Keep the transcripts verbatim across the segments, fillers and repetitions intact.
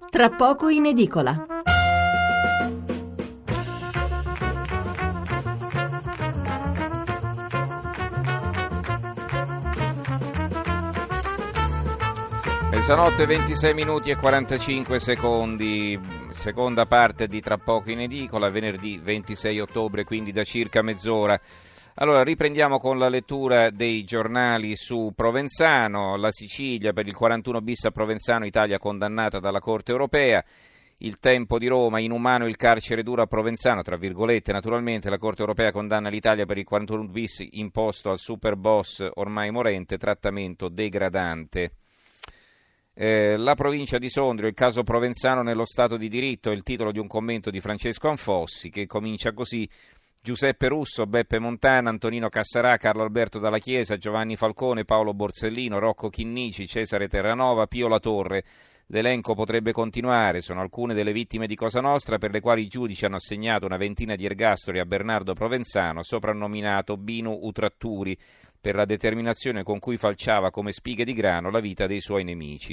Tra poco in edicola. Mezzanotte, ventisei minuti e quarantacinque secondi, seconda parte di Tra poco in edicola, venerdì ventisei ottobre, quindi da circa mezz'ora. Allora, riprendiamo con la lettura dei giornali su Provenzano. La Sicilia per il quarantuno bis a Provenzano, Italia condannata dalla Corte Europea. Il Tempo di Roma, inumano il carcere duro a Provenzano, tra virgolette naturalmente, la Corte Europea condanna l'Italia per il quarantuno bis imposto al superboss ormai morente, trattamento degradante. Eh, la provincia di Sondrio, il caso Provenzano nello Stato di diritto, è il titolo di un commento di Francesco Anfossi che comincia così: Giuseppe Russo, Beppe Montana, Antonino Cassarà, Carlo Alberto Dalla Chiesa, Giovanni Falcone, Paolo Borsellino, Rocco Chinnici, Cesare Terranova, Pio La Torre. L'elenco potrebbe continuare, sono alcune delle vittime di Cosa Nostra per le quali i giudici hanno assegnato una ventina di ergastoli a Bernardo Provenzano, soprannominato Binu Utratturi, per la determinazione con cui falciava come spighe di grano la vita dei suoi nemici.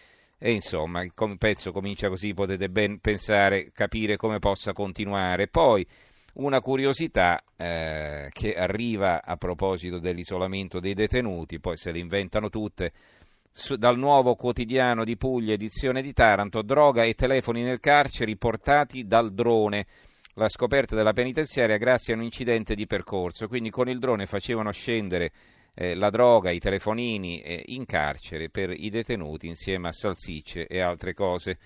E insomma, il pezzo comincia così, potete ben pensare, capire come possa continuare. Poi una curiosità eh, che arriva a proposito dell'isolamento dei detenuti, poi se le inventano tutte, su, dal Nuovo Quotidiano di Puglia, edizione di Taranto: droga e telefoni nel carcere portati dal drone. La scoperta della penitenziaria grazie a un incidente di percorso, quindi con il drone facevano scendere eh, la droga, i telefonini eh, in carcere per i detenuti insieme a salsicce e altre cose.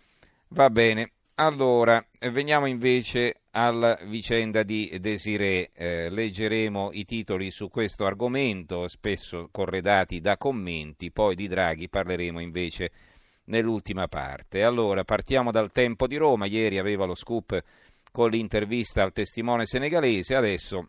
Va bene, allora veniamo invece alla vicenda di Desirée. Eh, leggeremo i titoli su questo argomento, spesso corredati da commenti, poi di Draghi parleremo invece nell'ultima parte. Allora partiamo dal Tempo di Roma, ieri aveva lo scoop con l'intervista al testimone senegalese, adesso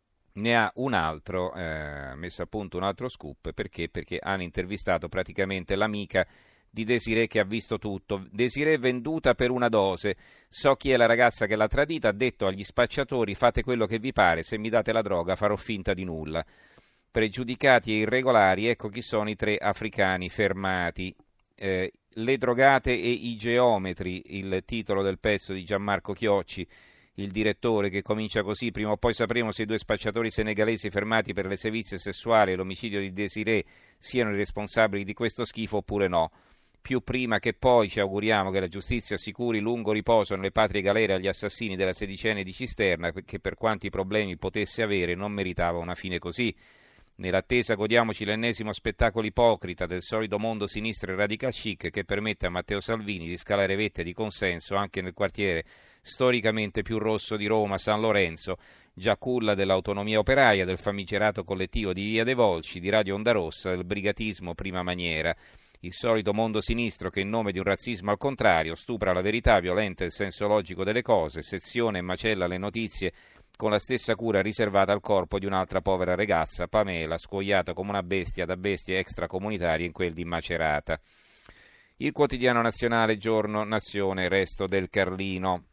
ne ha un altro, eh, messo a punto un altro scoop, perché? Perché hanno intervistato praticamente l'amica di Desirée che ha visto tutto. Desirée venduta per una dose, so chi è la ragazza che l'ha tradita, ha detto agli spacciatori: fate quello che vi pare, se mi date la droga farò finta di nulla. Pregiudicati e irregolari, ecco chi sono i tre africani fermati. Eh, Le drogate e i geometri, il titolo del pezzo di Gianmarco Chiocci, il direttore, che comincia così: prima o poi sapremo se i due spacciatori senegalesi fermati per le sevizie sessuali e l'omicidio di Desirée siano i responsabili di questo schifo oppure no. Più prima che poi ci auguriamo che la giustizia assicuri lungo riposo nelle patrie galere agli assassini della sedicenne di Cisterna, che per quanti problemi potesse avere non meritava una fine così. Nell'attesa godiamoci l'ennesimo spettacolo ipocrita del solito mondo sinistro e radical chic che permette a Matteo Salvini di scalare vette di consenso anche nel quartiere storicamente più rosso di Roma, San Lorenzo, già culla dell'autonomia operaia, del famigerato collettivo di Via dei Volsci, di Radio Onda Rossa, del brigatismo prima maniera. Il solito mondo sinistro che in nome di un razzismo al contrario stupra la verità, violenta il senso logico delle cose, seziona e macella le notizie con la stessa cura riservata al corpo di un'altra povera ragazza, Pamela, scuoiata come una bestia da bestie extracomunitarie in quel di Macerata. Il Quotidiano Nazionale, Giorno, Nazione, Resto del Carlino.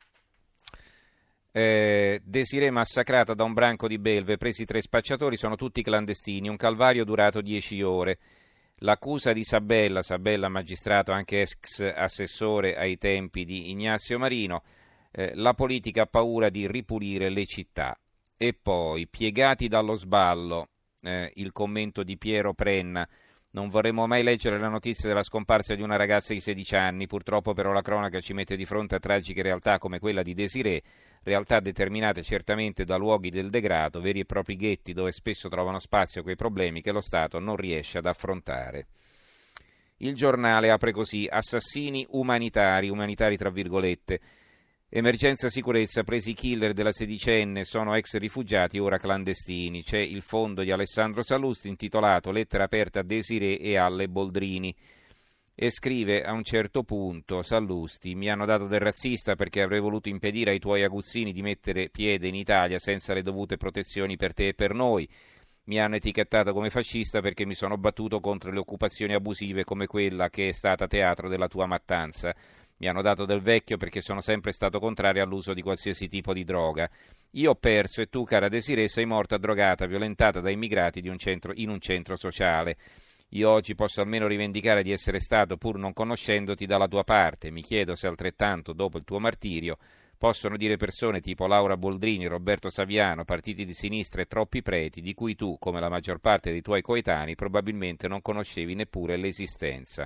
Eh, Desirée massacrata da un branco di belve, presi tre spacciatori, sono tutti clandestini, un calvario durato dieci ore. L'accusa di Sabella, Sabella magistrato anche ex assessore ai tempi di Ignazio Marino. Eh, la politica ha paura di ripulire le città. E poi, piegati dallo sballo, eh, il commento di Piero Prenna: non vorremmo mai leggere la notizia della scomparsa di una ragazza di sedici anni, purtroppo però la cronaca ci mette di fronte a tragiche realtà come quella di Desirée, realtà determinate certamente da luoghi del degrado, veri e propri ghetti dove spesso trovano spazio quei problemi che lo Stato non riesce ad affrontare. Il Giornale apre così: assassini umanitari, umanitari tra virgolette. Emergenza sicurezza, presi i killer della sedicenne, sono ex rifugiati ora clandestini. C'è il fondo di Alessandro Sallusti intitolato Lettera aperta a Desirée e alle Boldrini. E scrive a un certo punto Sallusti: mi hanno dato del razzista perché avrei voluto impedire ai tuoi aguzzini di mettere piede in Italia senza le dovute protezioni per te e per noi. Mi hanno etichettato come fascista perché mi sono battuto contro le occupazioni abusive come quella che è stata teatro della tua mattanza. Mi hanno dato del vecchio perché sono sempre stato contrario all'uso di qualsiasi tipo di droga. Io ho perso e tu, cara Desirée, sei morta drogata, violentata da immigrati di un centro, in un centro sociale. Io oggi posso almeno rivendicare di essere stato, pur non conoscendoti, dalla tua parte. Mi chiedo se altrettanto, dopo il tuo martirio, possono dire persone tipo Laura Boldrini, Roberto Saviano, partiti di sinistra e troppi preti, di cui tu, come la maggior parte dei tuoi coetanei, probabilmente non conoscevi neppure l'esistenza.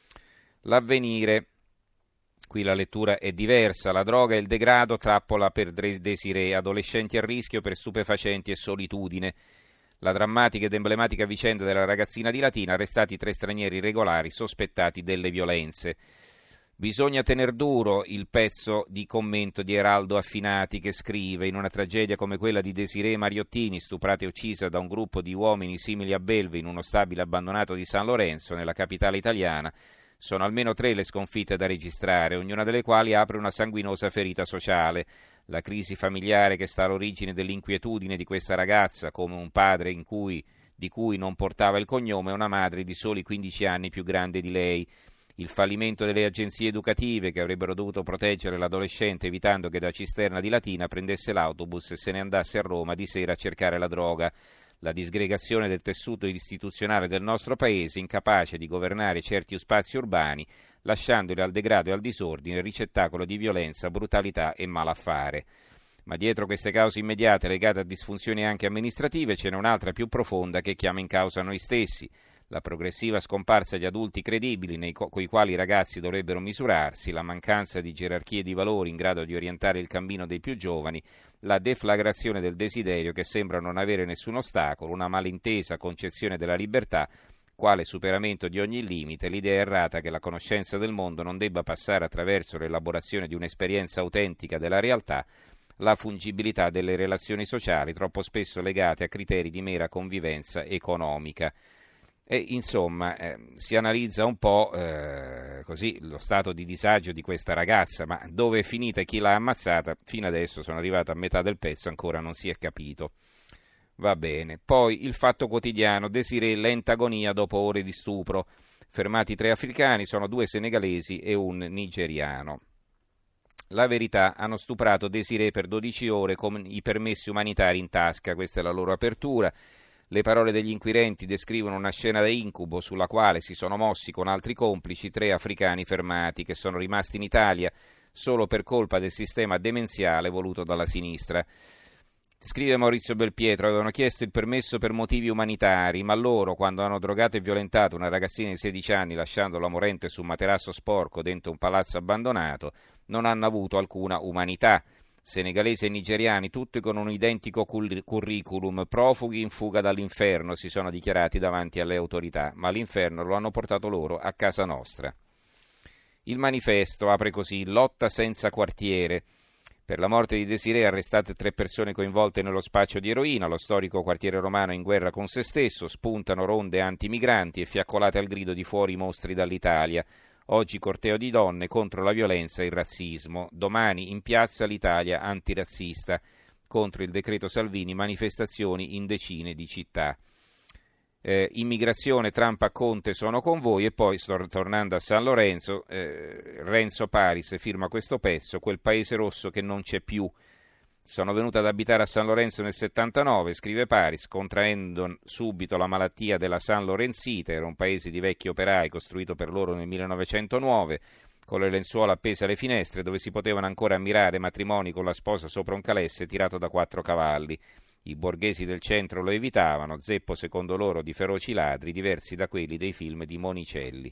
L'Avvenire. Qui la lettura è diversa. La droga e il degrado, trappola per Desirée, adolescenti a rischio per stupefacenti e solitudine. La drammatica ed emblematica vicenda della ragazzina di Latina, arrestati tre stranieri irregolari sospettati delle violenze. Bisogna tener duro, il pezzo di commento di Eraldo Affinati, che scrive: in una tragedia come quella di Desirée Mariottini, stuprata e uccisa da un gruppo di uomini simili a belve in uno stabile abbandonato di San Lorenzo, nella capitale italiana, sono almeno tre le sconfitte da registrare, ognuna delle quali apre una sanguinosa ferita sociale. La crisi familiare che sta all'origine dell'inquietudine di questa ragazza, come un padre in cui, di cui non portava il cognome, e una madre di soli quindici anni più grande di lei. Il fallimento delle agenzie educative che avrebbero dovuto proteggere l'adolescente evitando che da Cisterna di Latina prendesse l'autobus e se ne andasse a Roma di sera a cercare la droga. La disgregazione del tessuto istituzionale del nostro paese, incapace di governare certi spazi urbani, lasciandoli al degrado e al disordine, ricettacolo di violenza, brutalità e malaffare. Ma dietro queste cause immediate legate a disfunzioni anche amministrative ce n'è un'altra più profonda che chiama in causa noi stessi. La progressiva scomparsa di adulti credibili nei co- coi quali i ragazzi dovrebbero misurarsi, la mancanza di gerarchie di valori in grado di orientare il cammino dei più giovani, la deflagrazione del desiderio che sembra non avere nessun ostacolo, una malintesa concezione della libertà, quale superamento di ogni limite, l'idea errata che la conoscenza del mondo non debba passare attraverso l'elaborazione di un'esperienza autentica della realtà, la fungibilità delle relazioni sociali troppo spesso legate a criteri di mera convivenza economica. E insomma eh, si analizza un po' eh, così lo stato di disagio di questa ragazza, ma dove è finita e chi l'ha ammazzata fino adesso, sono arrivato a metà del pezzo, ancora non si è capito. Va bene. Poi il Fatto Quotidiano, Desirée lenta agonia dopo ore di stupro, fermati tre africani, sono due senegalesi e un nigeriano. La Verità, hanno stuprato Desirée per dodici ore con i permessi umanitari in tasca, questa è la loro apertura. Le parole degli inquirenti descrivono una scena da incubo sulla quale si sono mossi con altri complici tre africani fermati che sono rimasti in Italia solo per colpa del sistema demenziale voluto dalla sinistra. Scrive Maurizio Belpietro, avevano chiesto il permesso per motivi umanitari, ma loro, quando hanno drogato e violentato una ragazzina di sedici anni lasciandola morente su un materasso sporco dentro un palazzo abbandonato, non hanno avuto alcuna umanità. Senegalesi e nigeriani, tutti con un identico curriculum, profughi in fuga dall'inferno, si sono dichiarati davanti alle autorità, ma l'inferno lo hanno portato loro a casa nostra. Il Manifesto apre così: lotta senza quartiere. Per la morte di Desirée arrestate tre persone coinvolte nello spaccio di eroina, lo storico quartiere romano in guerra con se stesso, spuntano ronde antimigranti e fiaccolate al grido di fuori i mostri dall'Italia. Oggi corteo di donne contro la violenza e il razzismo, domani in piazza l'Italia antirazzista, contro il decreto Salvini, manifestazioni in decine di città. Eh, immigrazione, Trump a Conte sono con voi, e poi sto tornando a San Lorenzo, eh, Renzo Paris firma questo pezzo, quel paese rosso che non c'è più. Sono venuto ad abitare a San Lorenzo nel settantanove, scrive Paris, contraendo subito la malattia della San Lorenzite, era un paese di vecchi operai costruito per loro nel millenovecentonove, con le lenzuola appese alle finestre, dove si potevano ancora ammirare matrimoni con la sposa sopra un calesse tirato da quattro cavalli. I borghesi del centro lo evitavano, zeppo secondo loro di feroci ladri, diversi da quelli dei film di Monicelli.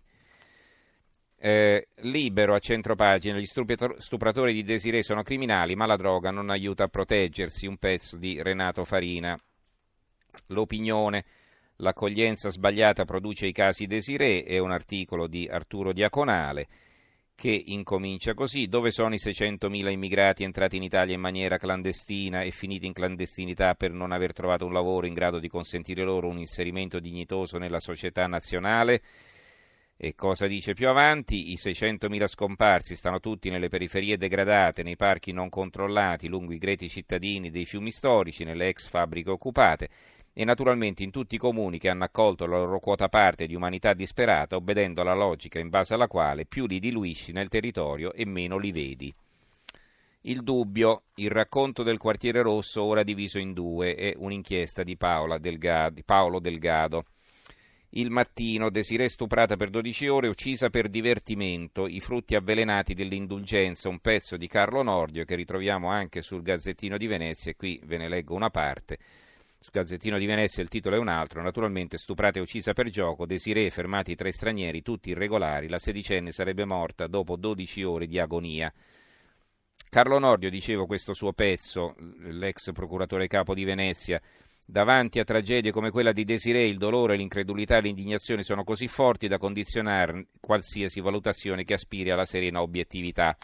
Eh, libero a centropagina, gli stupratori di Desirée sono criminali, ma la droga non aiuta a proteggersi, un pezzo di Renato Farina. L'Opinione, l'accoglienza sbagliata produce i casi Desirée, è un articolo di Arturo Diaconale che incomincia così: dove sono i seicentomila immigrati entrati in Italia in maniera clandestina e finiti in clandestinità per non aver trovato un lavoro in grado di consentire loro un inserimento dignitoso nella società nazionale? E cosa dice più avanti? I seicentomila scomparsi stanno tutti nelle periferie degradate, nei parchi non controllati, lungo i greti cittadini dei fiumi storici, nelle ex fabbriche occupate e naturalmente in tutti i comuni che hanno accolto la loro quota parte di umanità disperata, obbedendo alla logica in base alla quale più li diluisci nel territorio e meno li vedi. Il Dubbio, il racconto del quartiere rosso ora diviso in due, è un'inchiesta di Paola Delgado, Paolo Delgado. Il Mattino, Desirée stuprata per dodici ore, uccisa per divertimento, i frutti avvelenati dell'indulgenza, un pezzo di Carlo Nordio che ritroviamo anche sul Gazzettino di Venezia, e qui ve ne leggo una parte. Sul Gazzettino di Venezia il titolo è un altro, naturalmente stuprata e uccisa per gioco, Desirée, fermati tre stranieri, tutti irregolari, la sedicenne sarebbe morta dopo dodici ore di agonia. Carlo Nordio, dicevo questo suo pezzo, l'ex procuratore capo di Venezia, davanti a tragedie come quella di Desirée il dolore, l'incredulità e l'indignazione sono così forti da condizionare qualsiasi valutazione che aspiri alla serena obiettività.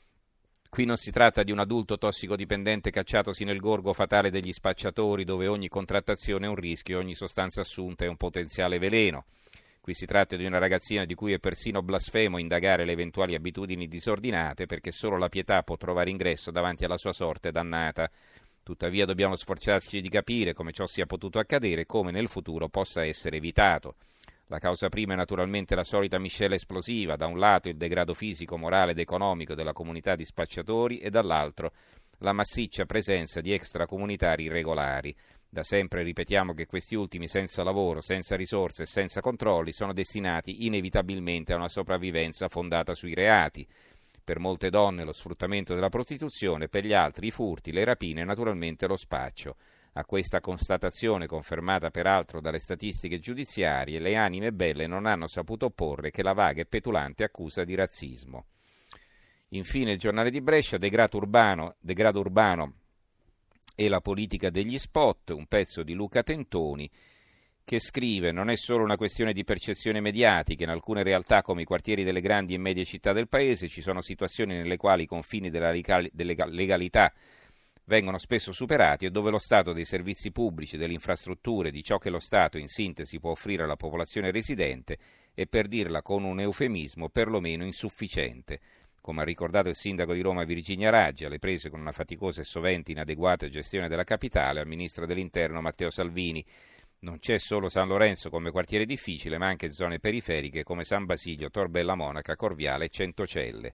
Qui non si tratta di un adulto tossicodipendente cacciatosi nel gorgo fatale degli spacciatori, dove ogni contrattazione è un rischio e ogni sostanza assunta è un potenziale veleno. Qui si tratta di una ragazzina di cui è persino blasfemo indagare le eventuali abitudini disordinate, perché solo la pietà può trovare ingresso davanti alla sua sorte dannata. Tuttavia dobbiamo sforzarci di capire come ciò sia potuto accadere e come nel futuro possa essere evitato. La causa prima è naturalmente la solita miscela esplosiva, da un lato il degrado fisico, morale ed economico della comunità di spacciatori e dall'altro la massiccia presenza di extracomunitari irregolari. Da sempre ripetiamo che questi ultimi, senza lavoro, senza risorse e senza controlli, sono destinati inevitabilmente a una sopravvivenza fondata sui reati. Per molte donne lo sfruttamento della prostituzione, per gli altri i furti, le rapine e naturalmente lo spaccio. A questa constatazione, confermata peraltro dalle statistiche giudiziarie, le anime belle non hanno saputo opporre che la vaga e petulante accusa di razzismo. Infine il giornale di Brescia, degrado urbano, degrado urbano e la politica degli spot, un pezzo di Luca Tentoni, che scrive: non è solo una questione di percezione mediatica, in alcune realtà come i quartieri delle grandi e medie città del paese ci sono situazioni nelle quali i confini della legalità vengono spesso superati e dove lo stato dei servizi pubblici, delle infrastrutture, di ciò che lo Stato in sintesi può offrire alla popolazione residente è, per dirla con un eufemismo, perlomeno insufficiente. Come ha ricordato il sindaco di Roma Virginia Raggi, alle prese con una faticosa e sovente inadeguata gestione della capitale, al ministro dell'Interno Matteo Salvini. Non c'è solo San Lorenzo come quartiere difficile, ma anche zone periferiche come San Basilio, Tor Bella Monaca, Corviale e Centocelle.